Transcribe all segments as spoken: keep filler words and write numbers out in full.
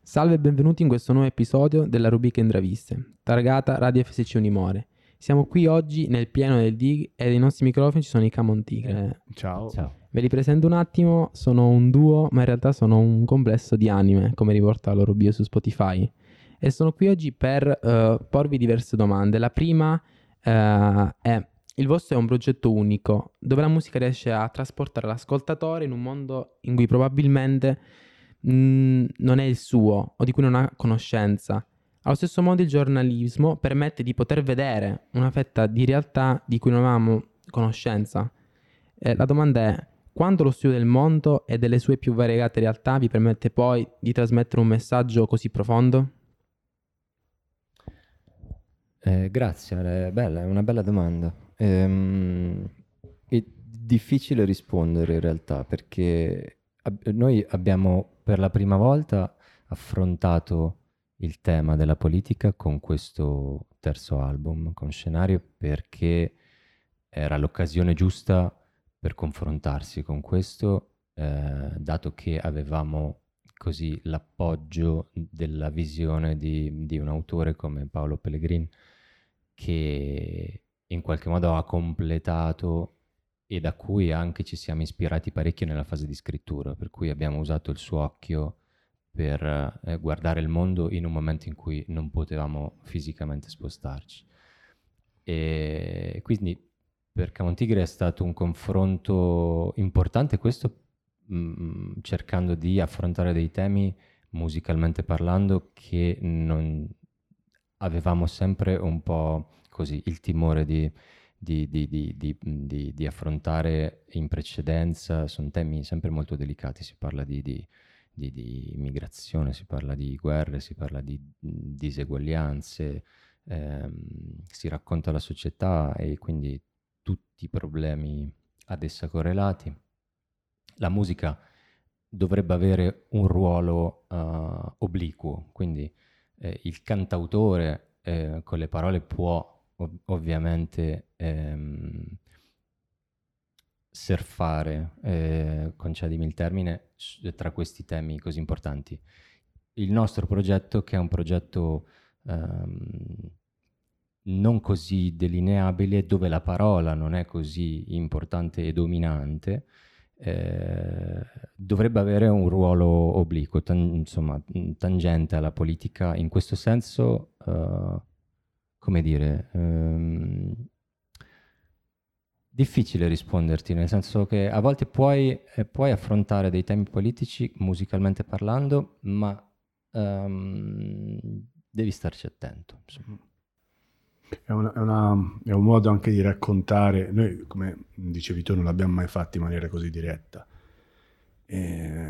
Salve e benvenuti in questo nuovo episodio della rubrica Intraviste, targata Radio F S C Unimore. Siamo qui oggi nel pieno del D I G e ai nostri microfoni ci sono i Camon Tigre. Ciao. Ciao. Ve li presento un attimo, sono un duo, ma in realtà sono un complesso di anime, come riporta la loro bio su Spotify. E sono qui oggi per uh, porvi diverse domande. La prima uh, è: il vostro è un progetto unico, dove la musica riesce a trasportare l'ascoltatore in un mondo in cui probabilmente mh, non è il suo o di cui non ha conoscenza. Allo stesso modo il giornalismo permette di poter vedere una fetta di realtà di cui non avevamo conoscenza. Eh, la domanda è: quanto lo studio del mondo e delle sue più variegate realtà vi permette poi di trasmettere un messaggio così profondo? Eh, grazie, è bella, è una bella domanda. Ehm, è difficile rispondere in realtà perché ab- noi abbiamo per la prima volta affrontato il tema della politica con questo terzo album, con Scenario, perché era l'occasione giusta per confrontarsi con questo, eh, dato che avevamo così l'appoggio della visione di, di un autore come Paolo Pellegrin, che in qualche modo ha completato e da cui anche ci siamo ispirati parecchio nella fase di scrittura, per cui abbiamo usato il suo occhio per eh, guardare il mondo in un momento in cui non potevamo fisicamente spostarci. E quindi per Camon Tigre è stato un confronto importante questo, mh, cercando di affrontare dei temi musicalmente parlando che non avevamo sempre un po' così il timore di, di, di, di, di, di, di affrontare in precedenza. Sono temi sempre molto delicati, si parla di, di, di, di immigrazione, si parla di guerre, si parla di diseguaglianze, ehm, si racconta la società e quindi tutti i problemi ad essa correlati. La musica dovrebbe avere un ruolo uh, obliquo, quindi eh, il cantautore eh, con le parole può ov- ovviamente ehm, surfare, eh, concedimi il termine, s- tra questi temi così importanti. Il nostro progetto, che è un progetto ehm, non così delineabile, dove la parola non è così importante e dominante, eh, dovrebbe avere un ruolo obliquo, tan- insomma, tangente alla politica. In questo senso, eh, come dire, ehm, difficile risponderti, nel senso che a volte puoi, eh, puoi affrontare dei temi politici musicalmente parlando, ma ehm, devi starci attento, insomma. È, una, è, una, è un modo anche di raccontare. Noi, come dicevi tu, non l'abbiamo mai fatto in maniera così diretta. E,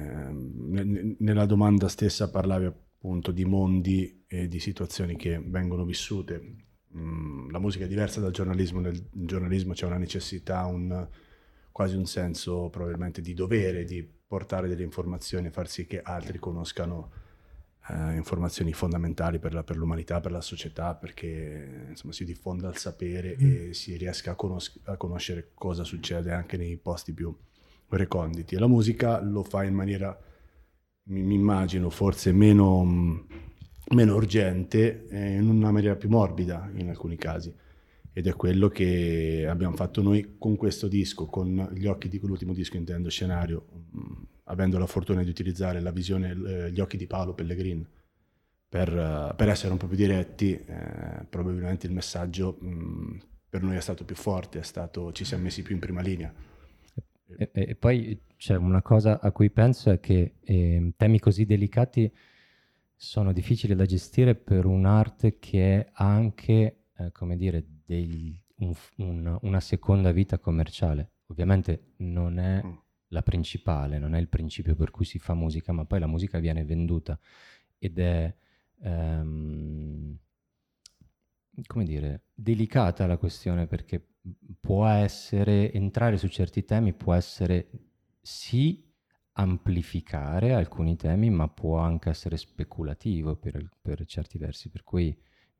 ne- nella domanda stessa parlavi appunto di mondi e di situazioni che vengono vissute. Mm, la musica è diversa dal giornalismo. Nel giornalismo c'è una necessità, un, quasi un senso probabilmente di dovere di portare delle informazioni e far sì che altri conoscano eh, informazioni fondamentali per, la, per l'umanità, per la società, perché insomma si diffonda il sapere mm. e si riesca a, conos- a conoscere cosa succede anche nei posti più reconditi. E la musica lo fa in maniera, mi, mi immagino, forse meno, meno urgente, e in una maniera più morbida in alcuni casi. Ed è quello che abbiamo fatto noi con questo disco, con gli occhi di quell'ultimo disco, intendo Scenario, mh, avendo la fortuna di utilizzare la visione, eh, gli occhi di Paolo Pellegrin per, uh, per essere un po' più diretti. Eh, probabilmente il messaggio mh, per noi è stato più forte, è stato, ci siamo messi più in prima linea. E, e, e poi c'è una cosa a cui penso, è che eh, temi così delicati sono difficili da gestire per un'arte che ha anche, eh, come dire, dei, un, un, una seconda vita commerciale. Ovviamente non è mm. la principale, non è il principio per cui si fa musica, ma poi la musica viene venduta ed è, ehm, come dire, delicata la questione, perché può essere, entrare su certi temi può essere sì amplificare alcuni temi, ma può anche essere speculativo per, per certi versi, per cui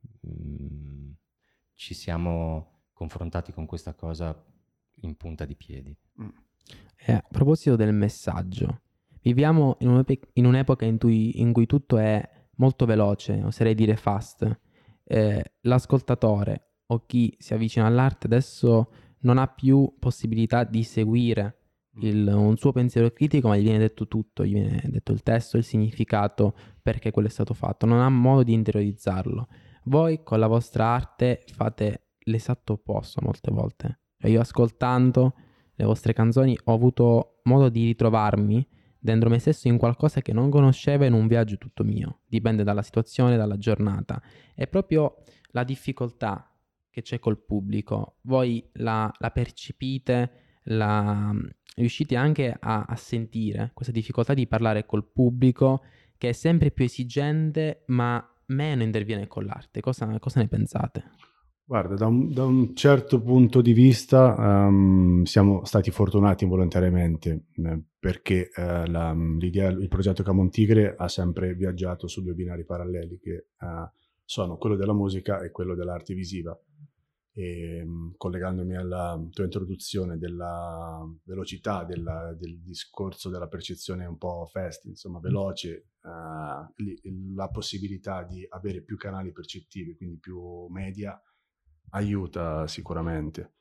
mh, ci siamo confrontati con questa cosa in punta di piedi. E a proposito del messaggio, Viviamo in, un'epe- in un'epoca in cui, in cui tutto è molto veloce, oserei dire fast. Eh, l'ascoltatore o chi si avvicina all'arte adesso non ha più possibilità di seguire il- un suo pensiero critico, ma gli viene detto tutto, gli viene detto il testo, il significato, perché quello è stato fatto, non ha modo di interiorizzarlo. Voi con la vostra arte fate l'esatto opposto molte volte. Cioè, io ascoltando le vostre canzoni ho avuto modo di ritrovarmi dentro me stesso in qualcosa che non conoscevo in un viaggio tutto mio. Dipende dalla situazione, dalla giornata. È proprio la difficoltà che c'è col pubblico. Voi la, la percepite, la, riuscite anche a, a sentire questa difficoltà di parlare col pubblico che è sempre più esigente, ma meno interviene con l'arte. Cosa, cosa ne pensate? Guarda, da un, da un certo punto di vista ehm, siamo stati fortunati involontariamente eh, perché eh, la- l'idea, il progetto Camon Tigre ha sempre viaggiato su due binari paralleli che eh, sono quello della musica e quello dell'arte visiva. E mh, collegandomi alla tua introduzione della velocità della- del discorso della percezione un po' fast, insomma veloce, eh, li- la possibilità di avere più canali percettivi, quindi più media, aiuta sicuramente.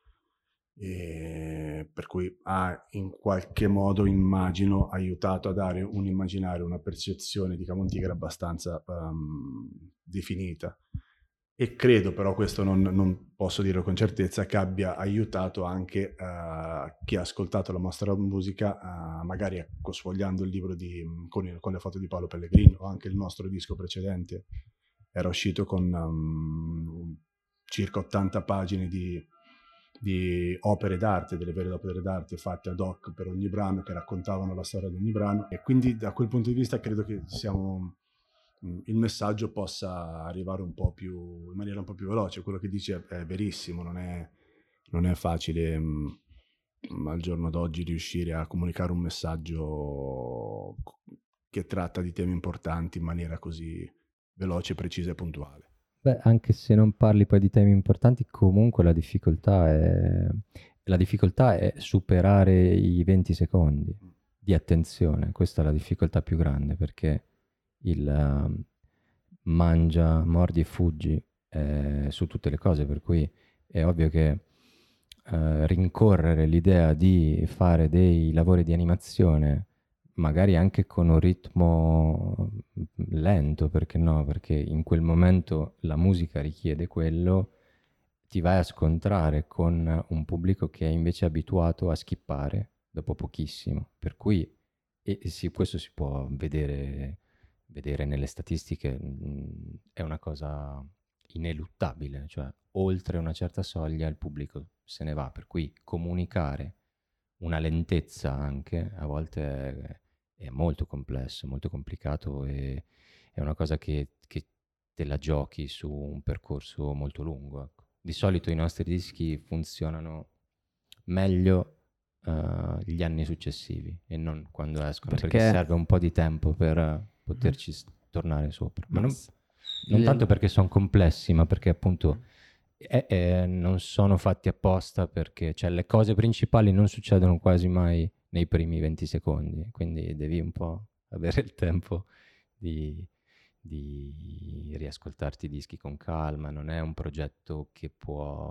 E per cui ha in qualche modo, immagino, aiutato a dare un immaginario, una percezione di Camon Tigre abbastanza um, definita. E credo, però questo non, non posso dirlo con certezza, che abbia aiutato anche uh, chi ha ascoltato la nostra musica, uh, magari ecco, sfogliando il libro di, con, il, con le foto di Paolo Pellegrino, o anche il nostro disco precedente era uscito con um, circa ottanta pagine di, di opere d'arte, delle vere opere d'arte fatte ad hoc per ogni brano, che raccontavano la storia di ogni brano. E quindi da quel punto di vista credo che siamo, il messaggio possa arrivare un po' più in maniera un po' più veloce. Quello che dici è, è verissimo, non è, non è facile mh, al giorno d'oggi riuscire a comunicare un messaggio che tratta di temi importanti in maniera così veloce, precisa e puntuale. Beh, anche se non parli poi di temi importanti, comunque la difficoltà è, la difficoltà è superare i venti secondi di attenzione. Questa è la difficoltà più grande, perché il um, mangia, mordi e fuggi eh, su tutte le cose, per cui è ovvio che eh, rincorrere l'idea di fare dei lavori di animazione magari anche con un ritmo lento, perché no? Perché in quel momento la musica richiede quello, ti vai a scontrare con un pubblico che è invece abituato a skippare dopo pochissimo. Per cui, e, e sì, questo si può vedere, vedere nelle statistiche, mh, è una cosa ineluttabile, cioè oltre una certa soglia il pubblico se ne va, per cui comunicare una lentezza anche a volte è, è molto complesso, molto complicato e è una cosa che, che te la giochi su un percorso molto lungo. Ecco. Di solito i nostri dischi funzionano meglio uh, gli anni successivi e non quando escono, perché, Perché serve un po' di tempo per uh, poterci s- tornare sopra. Ma ma non, s- non il- tanto perché sono complessi, ma perché appunto eh, eh, non sono fatti apposta, perché cioè, le cose principali non succedono quasi mai nei primi venti secondi, quindi devi un po' avere il tempo di, di riascoltarti i dischi con calma. Non è un progetto che può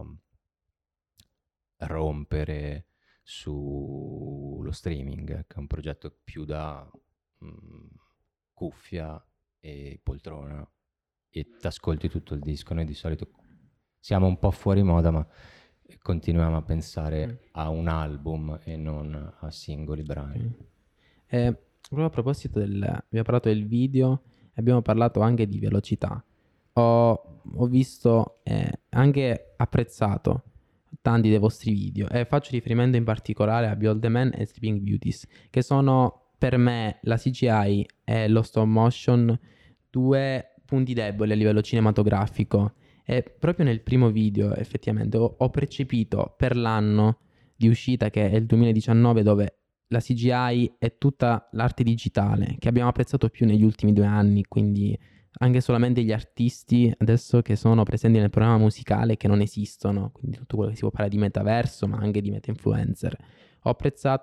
rompere sullo streaming, che è un progetto più da mh, cuffia e poltrona e ti ascolti tutto il disco. Noi di solito siamo un po' fuori moda, ma continuiamo a pensare Mm. a un album e non a singoli brani. Ok. Eh, proprio a proposito del... abbiamo parlato del video e abbiamo parlato anche di velocità. Ho, ho visto e anche apprezzato tanti dei vostri video e faccio riferimento in particolare a Behold the Man e Sleeping Beauties, che sono per me la C G I e lo stop motion due punti deboli a livello cinematografico. E proprio nel primo video effettivamente ho, ho percepito per l'anno di uscita, che è il duemiladiciannove, dove la C G I è tutta l'arte digitale che abbiamo apprezzato più negli ultimi due anni, quindi anche solamente gli artisti adesso che sono presenti nel programma musicale che non esistono, quindi tutto quello che si può parlare di metaverso, ma anche di meta influencer. Ho apprezzato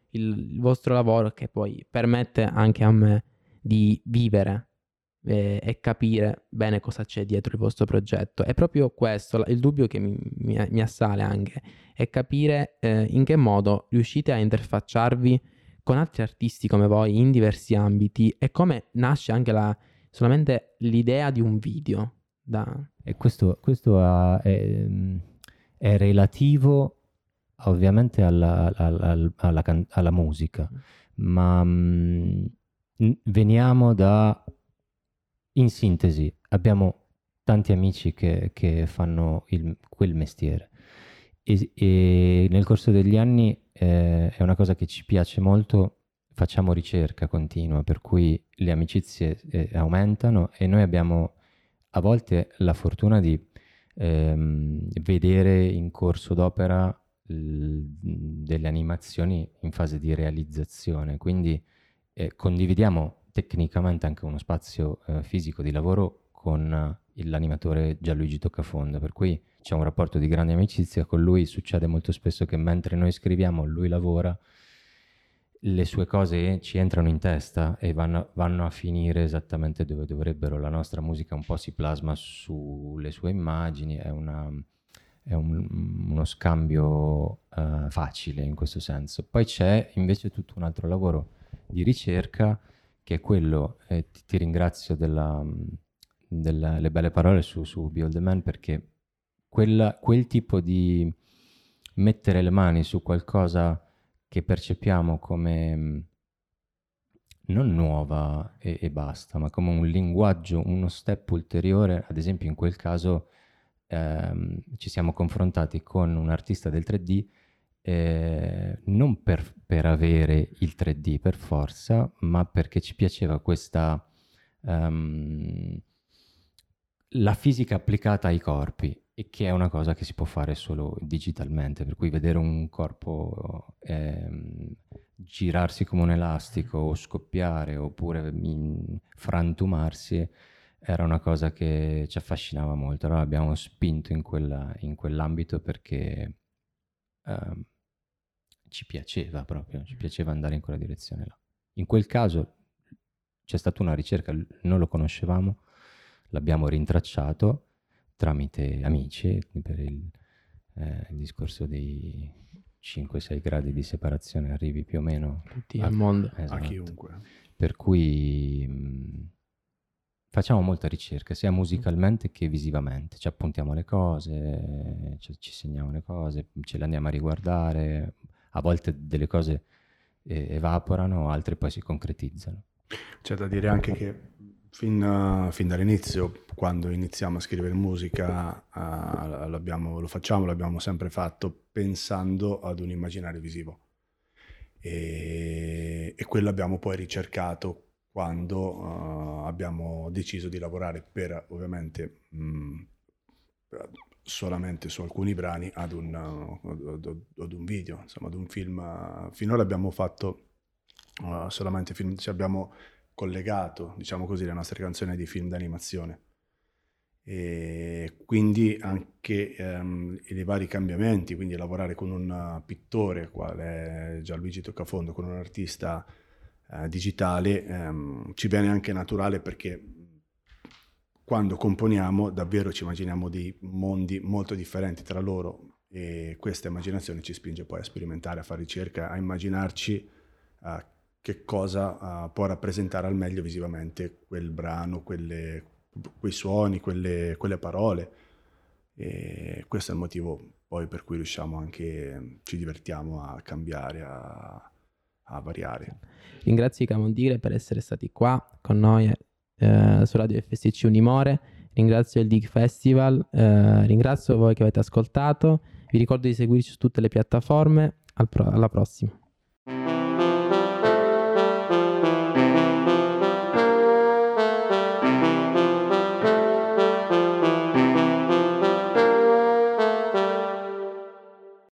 il, il vostro lavoro, che poi permette anche a me di vivere eh, e capire bene cosa c'è dietro il vostro progetto. È proprio questo il dubbio che mi, mi, mi assale anche, è capire eh, in che modo riuscite a interfacciarvi con altri artisti come voi in diversi ambiti e come nasce anche la, solamente l'idea di un video. Da... E questo, questo ha, è, è relativo ovviamente alla, alla, alla, alla, alla musica, ma mh, veniamo da, in sintesi, abbiamo tanti amici che, che fanno il, quel mestiere e, e nel corso degli anni eh, è una cosa che ci piace molto, facciamo ricerca continua, per cui le amicizie eh, aumentano e noi abbiamo a volte la fortuna di ehm, vedere in corso d'opera l- delle animazioni in fase di realizzazione, quindi eh, condividiamo tecnicamente anche uno spazio eh, fisico di lavoro con eh, l'animatore Gianluigi Toccafondo, per cui c'è un rapporto di grande amicizia con lui. Succede molto spesso che mentre noi scriviamo lui lavora, le sue cose ci entrano in testa e vanno, vanno a finire esattamente dove dovrebbero. La nostra musica un po' si plasma sulle sue immagini, è, una, è un, uno scambio uh, facile in questo senso. Poi c'è invece tutto un altro lavoro di ricerca che è quello, e ti, ti ringrazio della, delle belle parole su, su Behold the Man, perché quella, quel tipo di mettere le mani su qualcosa che percepiamo come non nuova e, e basta, ma come un linguaggio, uno step ulteriore. Ad esempio in quel caso ehm, ci siamo confrontati con un artista del tre D eh, non per, per avere il tre D per forza, ma perché ci piaceva questa um, la fisica applicata ai corpi, e che è una cosa che si può fare solo digitalmente, per cui vedere un corpo ehm, girarsi come un elastico o scoppiare oppure in, frantumarsi era una cosa che ci affascinava molto. Allora abbiamo spinto in, quella, in quell'ambito perché ehm, ci piaceva proprio, ci piaceva andare in quella direzione là. In quel caso c'è stata una ricerca, non lo conoscevamo, l'abbiamo rintracciato tramite amici per il, eh, il discorso dei cinque sei gradi di separazione, arrivi più o meno tutti al mondo, esatto, a chiunque. Per cui mh, facciamo molta ricerca sia musicalmente che visivamente, ci appuntiamo le cose, ci, ci segniamo le cose, ce le andiamo a riguardare, a volte delle cose eh, evaporano, altre poi si concretizzano. C'è da dire anche che Fin, uh, fin dall'inizio, quando iniziamo a scrivere musica, uh, l'abbiamo, lo facciamo, l'abbiamo sempre fatto pensando ad un immaginario visivo. E, e quello abbiamo poi ricercato quando uh, abbiamo deciso di lavorare per, ovviamente, mh, solamente su alcuni brani ad un, uh, ad, ad un video, insomma, ad un film. Uh, finora abbiamo fatto uh, solamente film, ci abbiamo collegato, diciamo così, le nostre canzoni di film d'animazione, e quindi anche um, i vari cambiamenti, quindi lavorare con un pittore quale Gianluigi Toccafondo, con un artista uh, digitale, um, ci viene anche naturale, perché quando componiamo davvero ci immaginiamo dei mondi molto differenti tra loro, e questa immaginazione ci spinge poi a sperimentare, a fare ricerca, a immaginarci uh, che cosa uh, può rappresentare al meglio visivamente quel brano, quelle, quei suoni, quelle, quelle parole. E questo è il motivo poi per cui riusciamo anche, ci divertiamo a cambiare, a, a variare. Ringrazio i Camondigre per essere stati qua con noi eh, su Radio F S C Unimore, ringrazio il Dig Festival, eh, ringrazio voi che avete ascoltato, vi ricordo di seguirci su tutte le piattaforme. Al pro- alla prossima.